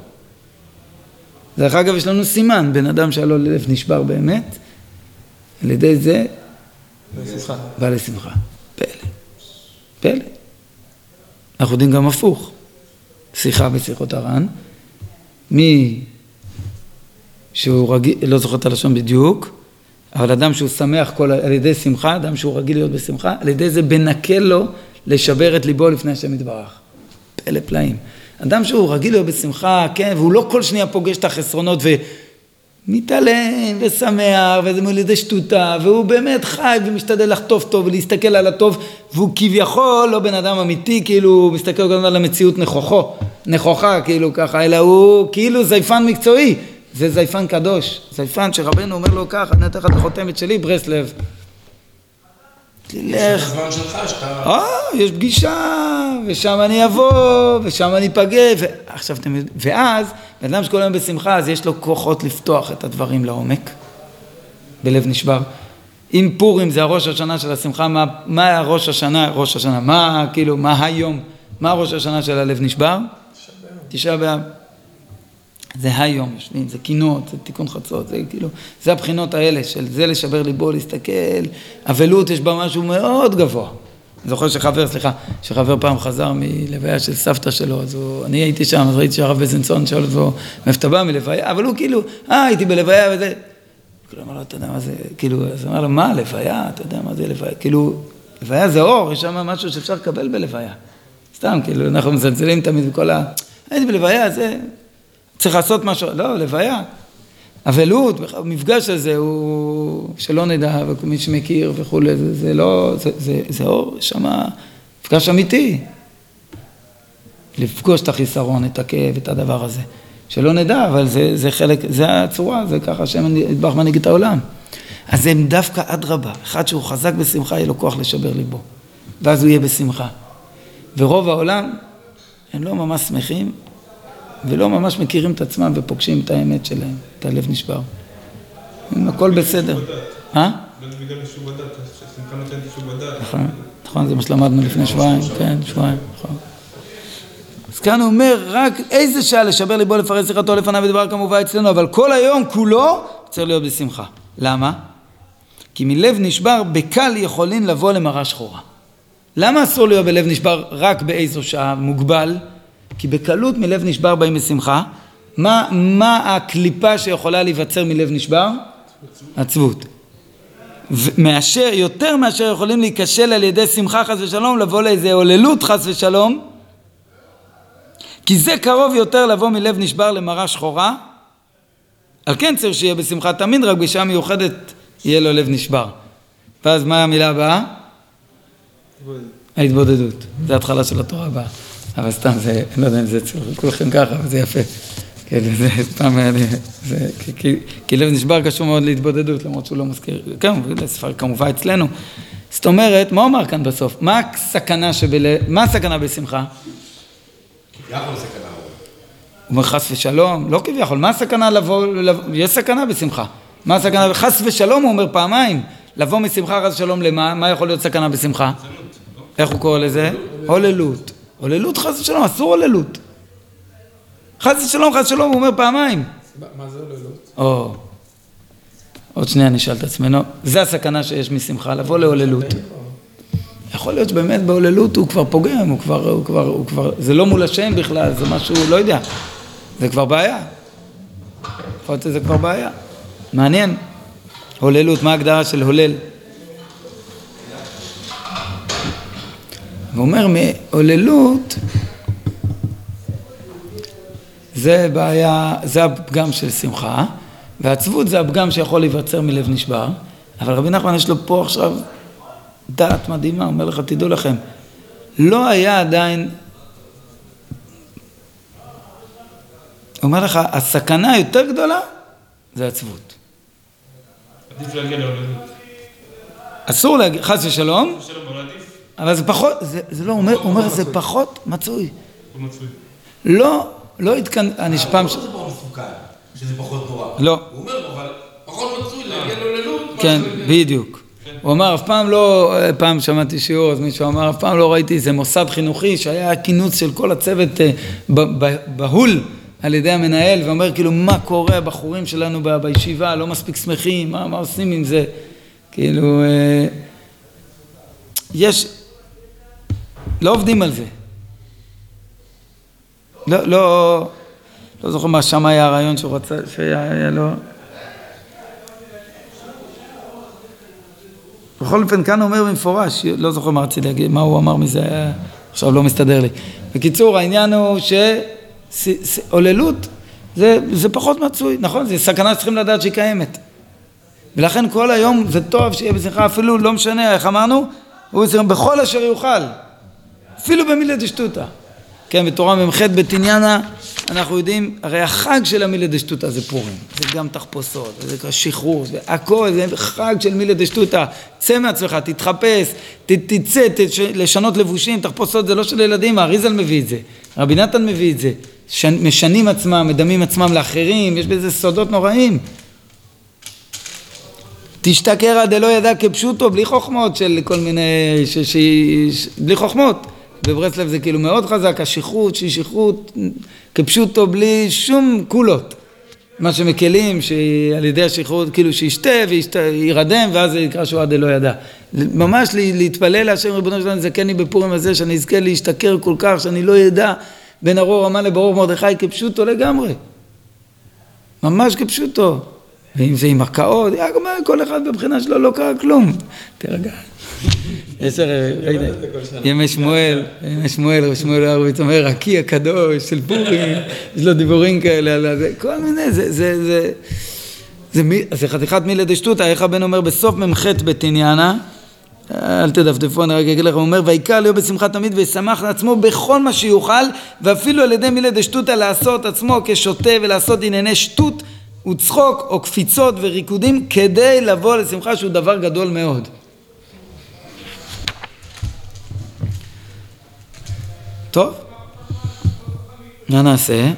דרך אגב יש לנו סימן, בן אדם שהיה לו לב נשבר באמת, על ידי זה בא לשמחה, פלא. פלא. אנחנו יודעים גם הפוך. שיחה בשיחות הר"ן. מי שהוא רגיל, לא זוכר את הלשון בדיוק, אבל אדם שהוא שמח על ידי שמחה, אדם שהוא רגיל להיות בשמחה, על ידי זה בנקל לו לשבר את ליבו לפני השם יתברך. פלא פלאים. אדם שהוא רגיל להיות בשמחה, כן, והוא לא כל שניה פוגש את החסרונות ומתעלם ושמח, וזה על ידי שטותה, והוא באמת חי ומשתדל לחטוף טוב ולהסתכל על הטוב, והוא כביכול לא בן אדם אמיתי, כאילו הוא מסתכל גם על המציאות נכוחה, כאילו ככה, אלא הוא כאילו זייפן מקצועי. זה זייפן קדוש, זייפן שרבנו אומר לו ככה, אני נתן לך את החותמת שלי, ברסלב. תלך. יש הזמן שלך שאתה... יש פגישה, ושם אני אבוא, ושם אני אפגע, ועכשיו אתם יודעים, ואז, באדם שכל היום בשמחה, אז יש לו כוחות לפתוח את הדברים לעומק, בלב נשבר. אם פורים זה הראש השנה של השמחה, מה הראש השנה, מה כאילו, מה היום, מה הראש השנה של הלב נשבר? תשעה באב. זה היום, יושבים, זה קינות, זה תיקון חצות, זה כאילו, זה הבחינות האלה של זה לשבר ליבו, להסתכל, אבלות יש בה משהו מאוד גבוה. אני זוכר שחבר פעם חזר מלוויה של סבתא שלו, אז אני הייתי שם, אז ראיתי שהרב בזנסון שואל אותו, מאיפה אתה בא מלוויה, אבל הוא כאילו, הייתי בלוויה וזה, כאילו אמר לו, אתה יודע מה זה, כאילו, אז אמר לו, מה, לוויה, אתה יודע מה זה לוויה, כאילו, לוויה זה אור, יש שם משהו שאפשר לקבל בלוויה. סתם, כאילו, אנחנו מזלזלים תמיד בכל הייתי בלוויה, זה... צריך לעשות משהו, לא, לוויה. אבלות, המפגש הזה הוא שלא נדע, ומי שמכיר וכו', זה לא, זה אור, שמה, מפגש אמיתי. לפגוש את החיסרון, את הכאב, את הדבר הזה. שלא נדע, אבל זה חלק, זה הצורה, זה ככה השם יתברך מנהיג את העולם. אז זה דווקא אדרבה, אחד שהוא חזק בשמחה, יהיה לו כוח לשבר ליבו. ואז הוא יהיה בשמחה. ורוב העולם, הם לא ממש שמחים, ולא ממש מכירים את עצמם ופוגשים את האמת שלהם, את הלב נשבר. הכל בסדר. בגלל שוב הדת, ששמחה נותנת שוב הדת. נכון, זה מה שלמדנו לפני שבועיים, כן, שבועיים, נכון. אז כאן הוא אומר, רק איזה שעה לשבר ליבו לפרש שיחתו לפניו ודבר כמובן אצלנו, אבל כל היום כולו צריך להיות בשמחה. למה? כי מלב נשבר בקל יכולים לבוא למראה שחורה. למה אסור להיות בלב נשבר רק באיזו שעה מוגבל? כי בקלות מלב נשבר באים בשמחה. מה הקליפה שיכולה להיווצר מלב נשבר? עצבות. יותר מאשר יכולים להיכשל על ידי שמחה חס ושלום, לבוא לאיזה עוללות חס ושלום, כי זה קרוב יותר לבוא מלב נשבר למראה שחורה. על כן צריך שיהיה בשמחה תמיד, רק בשעה מיוחדת יהיה לו לב נשבר. ואז מה המילה הבאה? ההתבודדות. זה התחלה של התורה הבאה. אבל סתם, זה, לא יודע אם זה כולכם ככה, אבל זה יפה. כן, זה פעם, כי לב נשבר קשור מאוד להתבודדות, למרות שהוא לא מזכיר, כן, לספר כמובן אצלנו. זאת אומרת, מה אומר כאן בסוף? מה הסכנה בשמחה? כביכול סכנה. הוא אומר חס ושלום, לא כביכול, מה הסכנה לבוא, יש סכנה בשמחה. מה הסכנה, חס ושלום הוא אומר פעמיים, לבוא משמחה חס ושלום למה? מה יכול להיות סכנה בשמחה? איך הוא קורא לזה? הוללות. הוללות חס ושלום, אסור הוללות. חס ושלום, הוא אומר פעמיים. מה זה הוללות? עוד שנייה נשאל את עצמנו. זה הסכנה שיש משמחה, לבוא להוללות. יכול להיות שבאמת בהוללות הוא כבר פוגם, הוא כבר, זה לא מול השם בכלל, זה משהו, לא יודע. זה כבר בעיה. יכול להיות שזה כבר בעיה. מעניין. הוללות, מה ההגדרה של הולל? הוא אומר, מהוללות, זה בעיה, זה הפגם של שמחה, והעצבות זה הפגם שיכול להיווצר מלב נשבר, אבל רבי נחמן יש לו פה עכשיו דעת מדהימה, אומר לך, תדעו לכם, לא היה עדיין, אומר לך, הסכנה היותר גדולה זה עצבות. עדיף להגיע להוללות. אסור להגיע, חס ושלום, שלום, אבל עדיף. אבל זה פחות, זה לא, הוא אומר, זה פחות מצוי. הוא מצוי. לא התכנ... אני שפעם... לא זה פה מסוכן, שזה פחות נורא. לא. הוא אומר, אבל פחות מצוי להגיע להוללות. כן, בדיוק. הוא אמר, אף פעם לא, פעם שמעתי שיעור, אז מישהו אמר, אף פעם לא ראיתי איזה מוסד חינוכי שהיה כינוס של כל הצוות בהול על ידי המנהל, ואומר כאילו, מה קורה, הבחורים שלנו בישיבה, לא מספיק שמחים, מה עושים עם זה? כאילו, יש לא עובדים על זה. לא זוכר מה שם היה הרעיון שהוא רצה, שהיה לו... בכל אופן, כאן הוא אומר במפורש, לא זוכר מה רציתי להגיד, מה הוא אמר מזה, עכשיו לא מסתדר לי. בקיצור, העניין הוא שעוללות זה פחות מצוי, נכון? זה סכנה שצריכים לדעת שהיא קיימת. ולכן כל היום זה טוב שיהיה בשמחה, אפילו לא משנה, איך אמרנו? הוא יצטרך בכל אשר יוכל, אפילו במילה דשטותא. כן, בתורה ממח' בתניאנה, אנחנו יודעים, הרי החג של המילה דשטותא זה פורים, זה גם תחפושות, זה שחרור, הכל, זה חג של מילה דשטותא, צא מעצמך, תתחפש, תצא, לשנות לבושים, תחפושות, זה לא של ילדים, האריזל מביא את זה, רבי נתן מביא את זה, משנים עצמם, מדמים עצמם לאחרים, יש בזה סודות נוראים. תשתכרה דלא ידע כפשוטו, בלי חוכמות של כל מיני, בלי חוכמות. בברסלב זה כאילו מאוד חזק, השכרות, שהיא שכרות כפשוטו בלי שום קולות. מה שמקלים, שעל ידי השכרות, כאילו שישתה וירדם, ואז זה יקרא שואה דלא ידע. ממש להתפלל להשם ריבונו שלנו, זה כן לי בפורים הזה, שאני אזכה להשתכר כל כך, שאני לא ידע בין ארור המן לברור מרדכי, כפשוטו לגמרי. ממש כפשוטו. ואם זה עם הקאות, כל אחד בבחינה שלו לא קרה כלום. תרגע. יש הרי, ימי שמואל, רב שמואל הערבית אומר, הקי הקדוש של פורים, יש לו דיבורים כאלה על זה, כל מיני, זה חתיכת מילה דשטותא, איך הבן אומר בסוף ממח' בתניאנה, אל תדפדפו, אני רק אגיד לכם, הוא אומר, ויקרא להיות בשמחה תמיד וישמח לעצמו בכל מה שיוכל, ואפילו על ידי מילה דשטותא לעשות עצמו כשוטה ולעשות ענייני שטות וצחוק או קפיצות וריקודים כדי לבוא לשמחה שהוא דבר גדול מאוד. טוב, מה נעשה?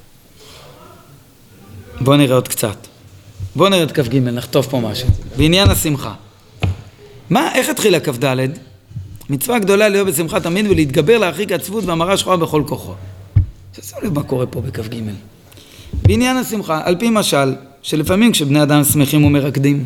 בואו נראה עוד קצת. בואו נראה את כף ג' נחטוף פה משהו. בעניין השמחה. איך התחילה כף ד'? מצווה גדולה להיות בשמחה תמיד ולהתגבר להרחיק עצבות והמרה שחורה בכל כוחו. ששמו לב מה קורה פה בכף ג'. בעניין השמחה, על פי משל, שלפעמים כשבני אדם שמחים ומרקדים,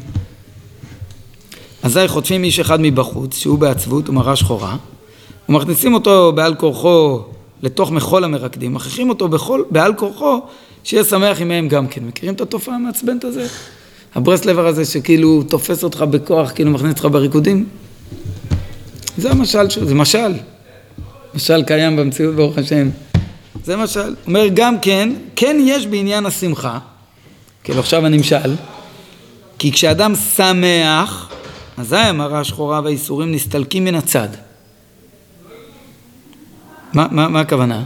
אזי חוטפים איש אחד מבחוץ, שהוא בעצבות ומרה שחורה, ומכניסים אותו בעל כורחו לתוך מחול המרקדים, מכריחים אותו בעל כורחו שיהיה שמח עמהם גם כן. מכירים את התופעה המעצבנת הזה? הברסלבר הזה שכאילו תופס אותך בכוח, כאילו מכניס אותך בריקודים? זה המשל שלו, זה משל. משל קיים במציאות ברוך השם. זה משל. אומר גם כן יש בעניין השמחה, כאילו עכשיו הנמשל, כי כשאדם שמח, אזי המרה השחורה והאיסורים נסתלקים מן הצד. מה הכוונה?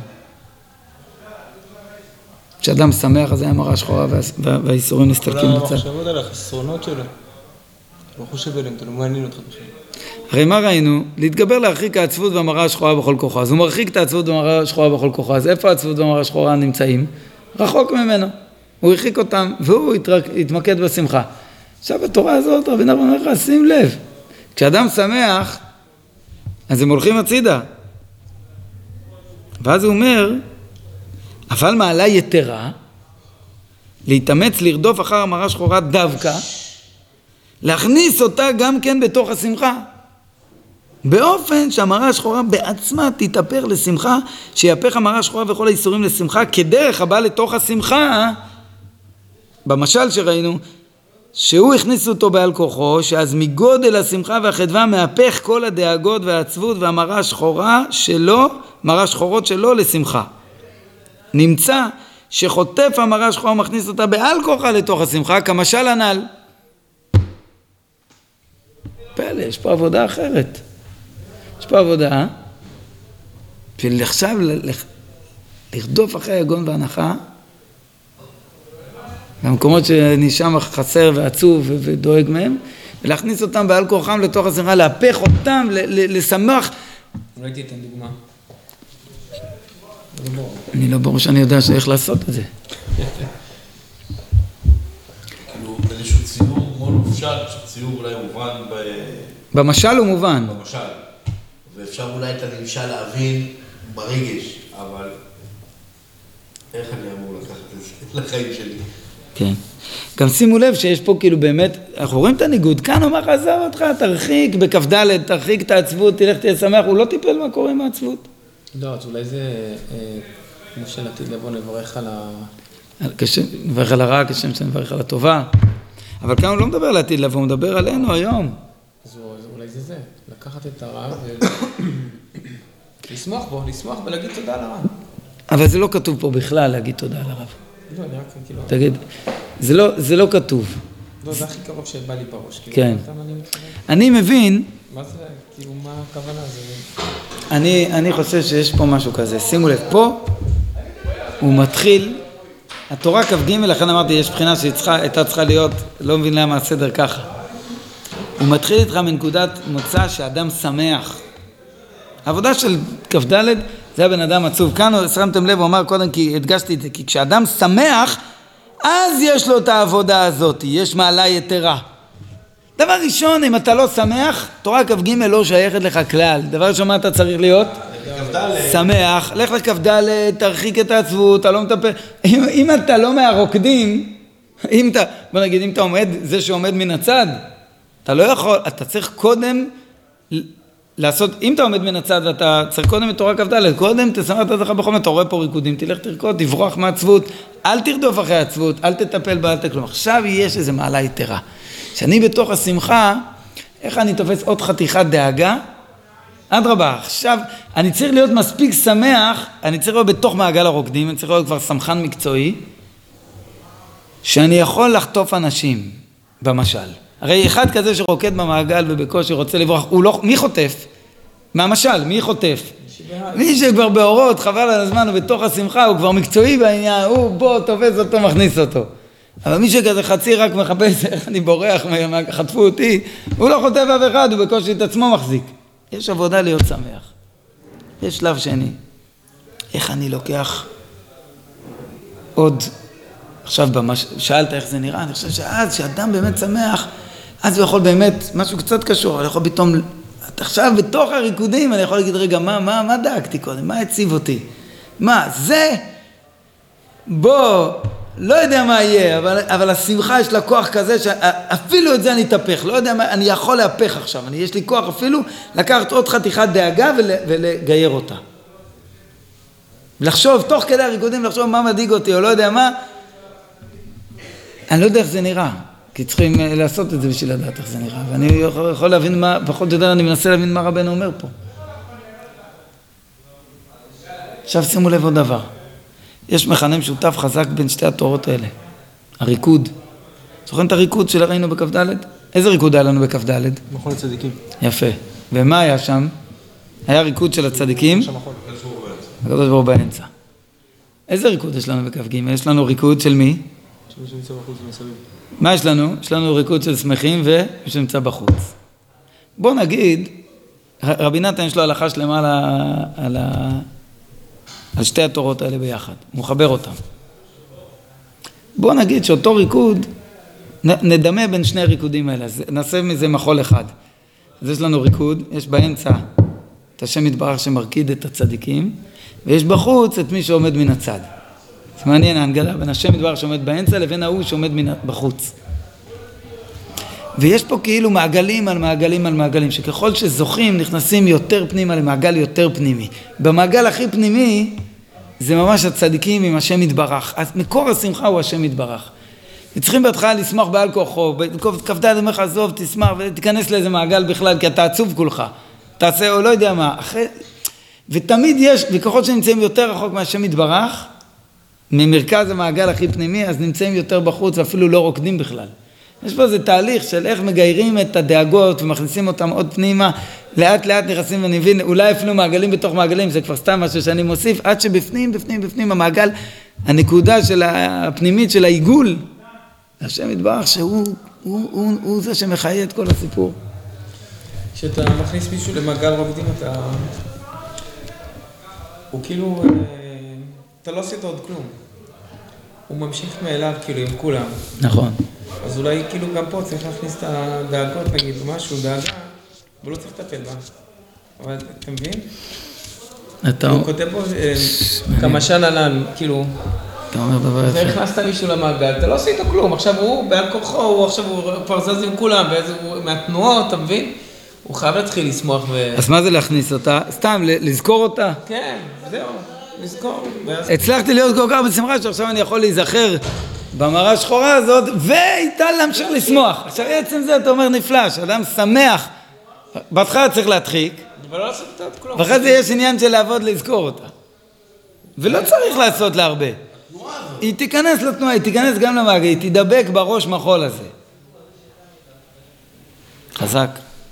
כשאדם שמח, אז המרה השחורה והאיסורים נסתלקים מן הצד. כל המחשבות על החסרונות שלו, לא חושב עליהם, אתה לא מעניין אותך בכלל. הרי מה ראינו? להתגבר להרחיק העצבות והמרה השחורה בכל כוחה. אז הוא מרחיק את העצבות והמרה השחורה בכל כוחה. אז איפה העצבות והמרה השחורה נמצאים? רחוק ממנו. הוא הרחיק אותם והוא התמקד בשמחה. עכשיו בתורה הזאת רבי נחמן אומר לך, שים לב. כשאדם שמח, אז הם הולכים הצידה. ואז הוא אומר, אבל מעלה יתרה, להתאמץ לרדוף אחר המרה שחורה דווקא, להכניס אותה גם כן בתוך השמחה. באופן שהמרה השחורה בעצמה תתאפר לשמחה, שיהפך המרה השחורה וכל האיסורים לשמחה, כדרך הבא לתוך השמחה, במשל שראינו, שהוא הכניס אותו בעל כוחו, שאז מגודל השמחה והחדווה מהפך כל הדאגות והעצבות והמרה השחורה שלו, מרה השחורות שלו לשמחה. נמצא שחוטף המרה השחורה ומכניס אותה בעל כוחה לתוך השמחה, כמשל הנ"ל. פלא, יש פה עבודה אחרת. יש פה עבודה, ועכשיו לרדוף אחרי היגון והנחה, במקומות שאני שם חסר ועצוב ודואג מהם, ולהכניס אותם בעל כוחם לתוך השמחה, להפך אותם, לשמח. ראיתי את הדוגמה. אני לא ברור שאני יודע איך לעשות את זה. כאילו, איזשהו ציור מאוד מופשט, שציור אולי מובן במשל הוא מובן. במשל. ואפשר אולי את הנמשל להבין ברגש, אבל איך אני אמור לקחת את זה לחיים שלי? כן. גם שימו לב שיש פה כאילו באמת, אנחנו רואים את הניגוד, כאן אומר לך, עזוב אותך, תרחיק בכ"ד, תרחיק את העצבות, תלך תהיה שמח, הוא לא טיפל מה קורה עם העצבות. לא, אז אולי זה, כמו שלעתיד לבוא נברך על נברך על הרע, כשם שנברך על הטובה. אבל כאן הוא לא מדבר לעתיד לבוא, הוא מדבר עלינו היום. אז אולי זה, לקחת את הרע ולשמוח בו, לשמוח ולהגיד תודה על הרע. אבל זה לא כתוב פה בכלל להגיד תודה על הרב. לא, אני רק כאילו... תגיד, זה לא כתוב. לא, זה הכי קרוב שבא לי בראש. כן. אני מבין... מה זה, כאילו, מה הכוונה? אני חושב שיש פה משהו כזה. שימו לב, פה הוא מתחיל, התורה כ"ג, לכן אמרתי, יש בחינה שהייתה צריכה להיות, לא מבין למה הסדר ככה. הוא מתחיל איתך מנקודת מוצא שאדם שמח. העבודה של כ"ד זה הבן אדם עצוב. כאן שמתם לב, הוא אמר קודם, כי הדגשתי את זה, כי כשאדם שמח, אז יש לו את העבודה הזאת, יש מעלה יתרה. דבר ראשון, אם אתה לא שמח, תורה כ"ג לא שייכת לך כלל. דבר ראשון, מה אתה צריך להיות? שמח. לך לכ"ד, תרחיק את העצבות, אתה לא מטפל. אם אתה לא מהרוקדים, בוא נגיד, אם אתה עומד, זה שעומד מן הצד, אתה לא יכול, אתה צריך קודם לעשות, אם אתה עומד מן הצד ואתה צריך קודם את תורה כ"ד, קודם תשמח את עצמך בכל מיני, אתה רואה פה ריקודים, תלך תרקוד, תברוח מהעצבות, אל תרדוף אחרי העצבות, אל תטפל בה, אל תכלום. עכשיו יש איזו מעלה יתרה. שאני בתוך השמחה, איך אני תופס עוד חתיכת דאגה? אדרבה, עכשיו אני צריך להיות מספיק שמח, אני צריך להיות בתוך מעגל הרוקדים, אני צריך להיות כבר שמחן מקצועי, שאני יכול לחטוף אנשים, במשל. הרי אחד כזה שרוקד במעגל ובקושי רוצה לברוח, הוא לא, מי חוטף? מהמשל, מי חוטף? מי שכבר באורות, חבל על הזמן, הוא בתוך השמחה, הוא כבר מקצועי בעניין, הוא בוא, תופס אותו, מכניס אותו. אבל מי שכזה חצי רק מחפש איך אני בורח, חטפו אותי, הוא לא חוטף אף אחד, הוא בקושי את עצמו מחזיק. יש עבודה להיות שמח. יש שלב שני. איך אני לוקח עוד, עכשיו שאלת איך זה נראה, אני חושב שאז, שאדם באמת שמח, אז הוא יכול באמת, משהו קצת קשור, אני יכול פתאום, עכשיו בתוך הריקודים, אני יכול להגיד, רגע, מה דאגתי קודם? מה הציב אותי? מה, זה? בוא, לא יודע מה יהיה, אבל השמחה יש לה כוח כזה, שאפילו את זה אני אתהפך, לא יודע מה, אני יכול להפך עכשיו, יש לי כוח אפילו לקחת עוד חתיכת דאגה ולגייר אותה. לחשוב, תוך כדי הריקודים, לחשוב מה מדאיג אותי, או לא יודע מה, אני לא יודע איך זה נראה, כי צריכים לעשות את זה בשביל לדעת איך זה נראה, ואני יכול להבין מה, פחות או יותר אני מנסה להבין מה רבנו אומר פה. עכשיו שימו לב עוד דבר. יש מכנה משותף חזק בין שתי התורות האלה. הריקוד. זוכרים את הריקוד שראינו בכ"ד? איזה ריקוד היה לנו בכ"ד? מכון הצדיקים. יפה. ומה היה שם? היה ריקוד של הצדיקים. הקדוש ברוך הוא באמצע. איזה ריקוד יש לנו בכ"ג? יש לנו ריקוד של מי? שמי שנמצא בחוץ ומסביב. מה יש לנו? יש לנו ריקוד של שמחים ומי שנמצא בחוץ. בוא נגיד, רבי נתן יש לו הלכה שלמה על שתי התורות האלה ביחד, הוא מחבר אותם. בוא נגיד שאותו ריקוד, נדמה בין שני הריקודים האלה, נעשה מזה מחול אחד. אז יש לנו ריקוד, יש באמצע את השם יתברך שמרקיד את הצדיקים, ויש בחוץ את מי שעומד מן הצד. זה מעניין ההנגלה בין השם יתברך שעומד באמצע לבין ההוא שעומד בחוץ. ויש פה כאילו מעגלים על מעגלים על מעגלים, שככל שזוכים נכנסים יותר פנימה למעגל יותר פנימי. במעגל הכי פנימי זה ממש הצדיקים עם השם יתברך. אז מקור השמחה הוא השם יתברך. וצריכים בהתחלה לשמוח בעל כוחו, כ"ד אומר לך עזוב, תשמח ותיכנס לאיזה מעגל בכלל, כי אתה עצוב כולך. תעשה או לא יודע מה. ותמיד יש, וככל שנמצאים יותר רחוק מהשם יתברך, ממרכז המעגל הכי פנימי, אז נמצאים יותר בחוץ ואפילו לא רוקדים בכלל. יש פה איזה תהליך של איך מגיירים את הדאגות ומכניסים אותם עוד פנימה, לאט לאט נכנסים ואני מבין, אולי אפילו מעגלים בתוך מעגלים, זה כבר סתם משהו שאני מוסיף, עד שבפנים, בפנים המעגל, הנקודה של הפנימית של העיגול, השם יתברך שהוא זה שמחיה את כל הסיפור. כשאתה מכניס מישהו למעגל רוקדים, הוא כאילו, אתה לא עשית עוד כלום. הוא ממשיך מאליו כאילו עם כולם. נכון. אז אולי כאילו גם פה צריך להכניס את הדאגות, נגיד, משהו, דאגה, ולא צריך לטפל בה. אבל אתה מבין? הוא כותב פה כמשל עלן, כאילו, אתה אומר דבר יפה. והכנסת מישהו למעגל, אתה לא עושה איתו כלום, עכשיו הוא בעל כוחו, הוא כבר זז עם כולם, מהתנועות, אתה מבין? הוא חייב להתחיל לשמוח אז מה זה להכניס אותה? סתם, לזכור אותה? כן, זהו, לזכור. הצלחתי להיות כל כך בשמחה שעכשיו אני יכול להיזכר במראה השחורה הזאת, ואיתה להמשיך לשמוח. עכשיו עצם זה אתה אומר נפלא, שאדם שמח, בהתחלה צריך להדחיק, אבל לא לעשות את כלום. ואחרי זה יש עניין של לעבוד לזכור אותה. ולא צריך לעשות לה הרבה. היא תיכנס לתנועה, היא תיכנס גם למעגל, היא תדבק בראש מחול הזה. חזק.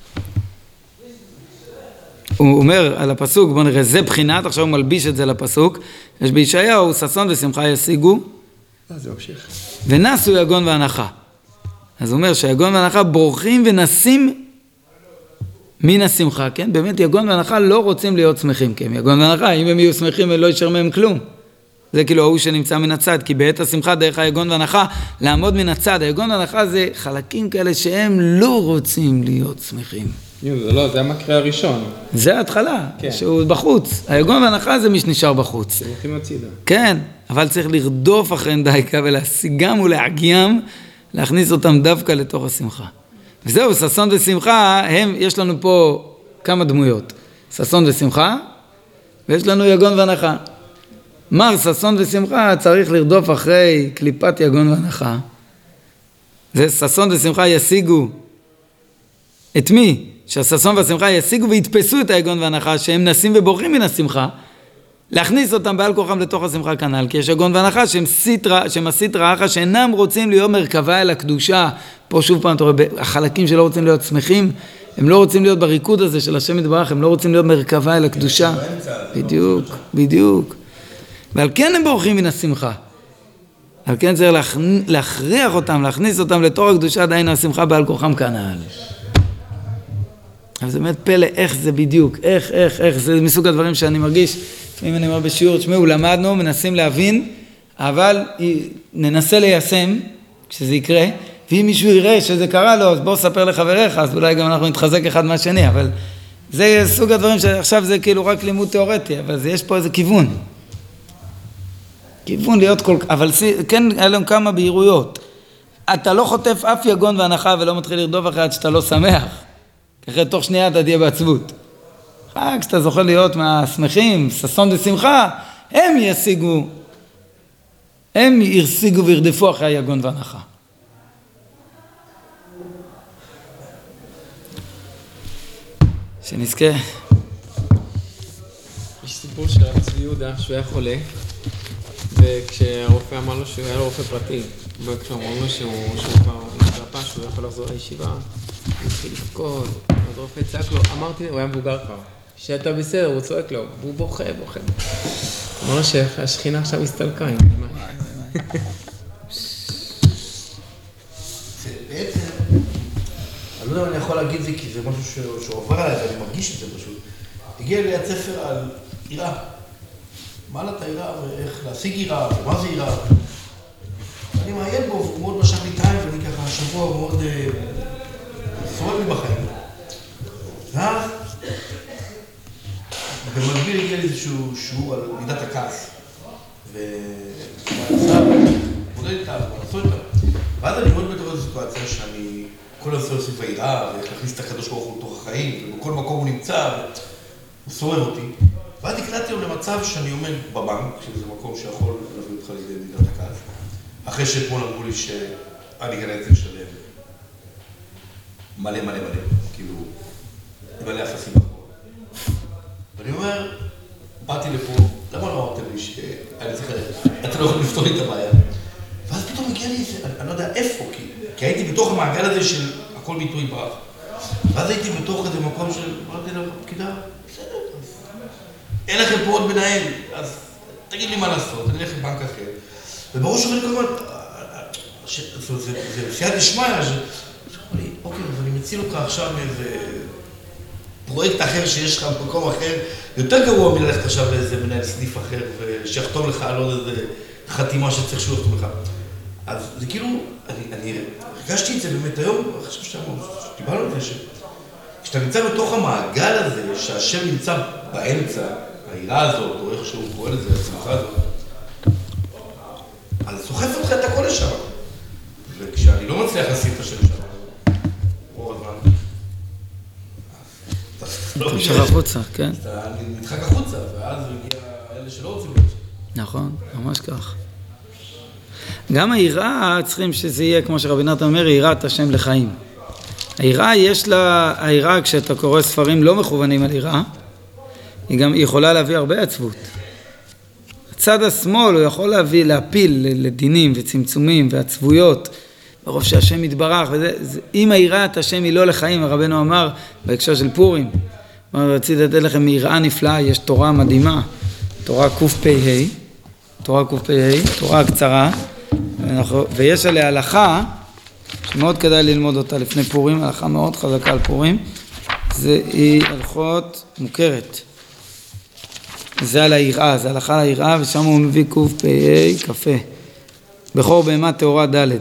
הוא אומר על הפסוק, בוא נראה, זה בחינת, עכשיו הוא מלביש את זה לפסוק, יש בישעיהו, ששון ושמחה ישיגו, זה ממשיך. ונסו יגון והנחה. אז הוא אומר שיגון והנחה בורחים ונסים מן השמחה, כן? באמת יגון והנחה לא רוצים להיות שמחים, כי הם יגון והנחה, אם הם יהיו שמחים הם לא יישאר מהם כלום. זה כאילו ההוא שנמצא מן הצד, כי בעת השמחה דרך היגון והנחה, לעמוד מן הצד. היגון והנחה זה חלקים כאלה שהם לא רוצים להיות שמחים. זה המקרה הראשון. זה ההתחלה, כן. שהוא בחוץ. היגון והנחה זה מי שנשאר בחוץ. הולכים הצידה. כן, אבל צריך לרדוף אחריהם דייקה ולהשיגם ולהגיעם, להכניס אותם דווקא לתוך השמחה. וזהו, ששון ושמחה, יש לנו פה כמה דמויות. ששון ושמחה, ויש לנו יגון והנחה. מר ששון ושמחה צריך לרדוף אחרי קליפת יגון והנחה. זה ששון ושמחה ישיגו את מי? שהששון והשמחה ישיגו ויתפסו את היגון והנחה, שהם נסים ובורחים מן השמחה, להכניס אותם בעל כוחם לתוך השמחה כנ"ל, כי יש יגון והנחה שהם הסטרא אחרא, שאינם רוצים להיות מרכבה אל הקדושה. פה שוב פעם, אתה רואה, החלקים שלא רוצים להיות שמחים, הם לא רוצים להיות בריקוד הזה של השם יתברך, הם לא רוצים להיות מרכבה אל הקדושה. בדיוק, בדיוק. ועל כן הם בורחים מן השמחה. על כן צריך להכריח אותם, להכניס אותם לתוך הקדושה, עדיין השמחה בעל כוחם כנ"ל. אבל זה באמת פלא, איך זה בדיוק, איך, זה מסוג הדברים שאני מרגיש, אם אני אומר בשיעור, תשמעו, למדנו, מנסים להבין, אבל ננסה ליישם, כשזה יקרה, ואם מישהו יראה שזה קרה לו, אז בוא ספר לחבריך, אז אולי גם אנחנו נתחזק אחד מהשני, אבל זה סוג הדברים שעכשיו זה כאילו רק לימוד תיאורטי, אבל יש פה איזה כיוון. כיוון להיות כל כך, אבל כן, היה להם כמה בהירויות. אתה לא חוטף אף יגון והנחה ולא מתחיל לרדוף אחרי עד שאתה לא שמח. אחרי תוך שנייה אתה תהיה בעצבות. כשאתה זוכה להיות מהשמחים, ששון ושמחה, הם ישיגו וירדפו אחרי היגון והנחה. שנזכה. יש סיפור של צבי יהודה שהוא היה חולה, וכשהרופא אמר לו שהוא היה לו רופא פרטי, וכשאמרו לו שהוא כבר נתרפא, שהוא יכול לחזור לישיבה, הוא התחיל לבכות, אז הרופא צעק לו, אמרתי, הוא היה מבוגר כבר, שאתה בסדר, הוא צועק לו, והוא בוכה. אמר לו שהשכינה עכשיו הסתלקה, זה בעצם, אני לא יודע אם אני יכול להגיד זה, כי זה משהו שעובר עליי, ואני מרגיש את זה פשוט. הגיע לי הספר על עירה. מה לה את העירה, ואיך להשיג עירה, ומה זה עירה. אני מעיין בו, והוא מאוד משך לי טיים, ואני ככה השבוע מאוד סורד לי בחיים. ואז, במקביל הגיע לי איזשהו שיעור על מידת הכעס. והצעה, מודד איתה, ועשו איתה. ואז אני מאוד בתוך איזו סיטואציה שאני כל הזמן עושה בעירה, ואיך להכניס את הקדוש ברוך הוא לתוך החיים, ובכל מקום הוא נמצא, הוא סורר אותי. ואז הקלטתי לו למצב שאני עומד בבנק, שזה מקום שיכול להביא אותך לידי מידת הכעס. אחרי שאתמול אמרו לי שאני גן עצם שלם. מלא, כאילו, מלא אפסים בכל. ואני אומר, באתי לפה, למה לא אמרתם לי שאני צריך ללכת? אתה לא יכול לפתור לי את הבעיה. ואז פתאום הגיע לי איזה, אני לא יודע איפה, כי הייתי בתוך המעגל הזה של הכל ביטוי ברח. ואז הייתי בתוך איזה מקום של, אמרתי לה, פקידה, בסדר, אין לכם פה עוד מנהל, אז תגיד לי מה לעשות, אני אלך לבנק אחר. ובראש שלי כל הזמן, זה בסייעת דשמיא, אוקיי, אז אני מציל אותך עכשיו מאיזה פרויקט אחר שיש לך במקום אחר, יותר גרוע מללכת עכשיו לאיזה מנהל סניף אחר, ושיחתום לך על עוד איזה חתימה שצריך שהוא יחתום לך. אז זה כאילו, אני הרגשתי את זה באמת היום, עכשיו שדיברנו על זה, כשאתה נמצא בתוך המעגל הזה, שהשם נמצא באמצע, העירה הזאת, או איך שהוא קורא לזה, הצמחה הזאת, אז סוחף אותך את הכל לשם. וכשאני לא מצליח לשים את השם שם, רוב הזמן, אתה משך החוצה, כן. אתה נדחק החוצה, ואז מגיע אלה שלא רוצים להיות שם. נכון, ממש כך. גם היראה צריכים שזה יהיה, כמו שרבי נתן אומר, יראת השם לחיים. היראה יש לה, היראה כשאתה קורא ספרים לא מכוונים על יראה, היא גם יכולה להביא הרבה עצבות. הצד השמאל הוא יכול להפיל לדינים וצמצומים ועצבויות, ברוב שהשם יתברך, אם היראת השם היא לא לחיים, הרבנו אמר בהקשר של פורים, רציתי לתת לכם יראה נפלאה, יש תורה מדהימה, תורה תורה קצרה, ויש עליה הלכה, שמאוד כדאי ללמוד אותה לפני פורים, הלכה מאוד חזקה על פורים, היא הלכות מוכרת. זה על היראה, זה הלכה על היראה, ושם הוא מביא קפה. בכור בהמה טהורה ד'.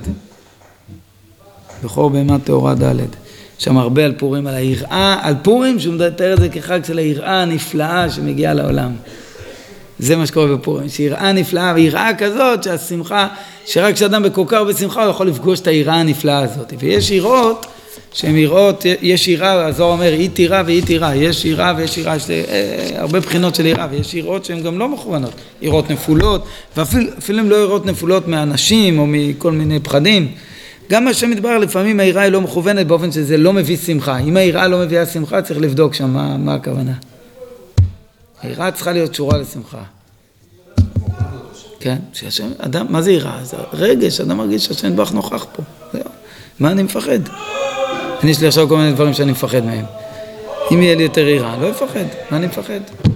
בכור בהמה טהורה ד'. שם הרבה על פורים, על היראה, על פורים, שהוא מתאר את זה כחג של היראה הנפלאה שמגיעה לעולם. זה מה שקורה בפורים, שיראה נפלאה, ויראה כזאת שהשמחה, שרק כשאדם בכל כך בשמחה הוא יכול לפגוש את היראה הנפלאה הזאת. ויש יראות, שהן יראות, יש יראה, הזוהר אומר, אי תירא ואי תירא, יש יראה ויש יראה, יש הרבה בחינות של יראה, ויש יראות שהן גם לא מכוונות, יראות נפולות, ואפילו הן לא יראות נפולות מאנשים או מכל מיני פחדים. גם מה שמדבר, לפעמים היראה היא לא מכוונת באופן שזה לא מביא שמחה. אם היראה לא מביאה שמחה, צריך לבדוק שם מה הכוונה. היראה צריכה להיות קשורה לשמחה. כן, שהשם, אדם, מה זה יראה? זה רגש, אדם מרגיש שהשם יתברך נוכח פה. זהו. מה אני מפחד? יש לי עכשיו כל מיני דברים שאני מפחד מהם. אם יהיה לי יותר יראה, לא אפחד. מה אני מפחד?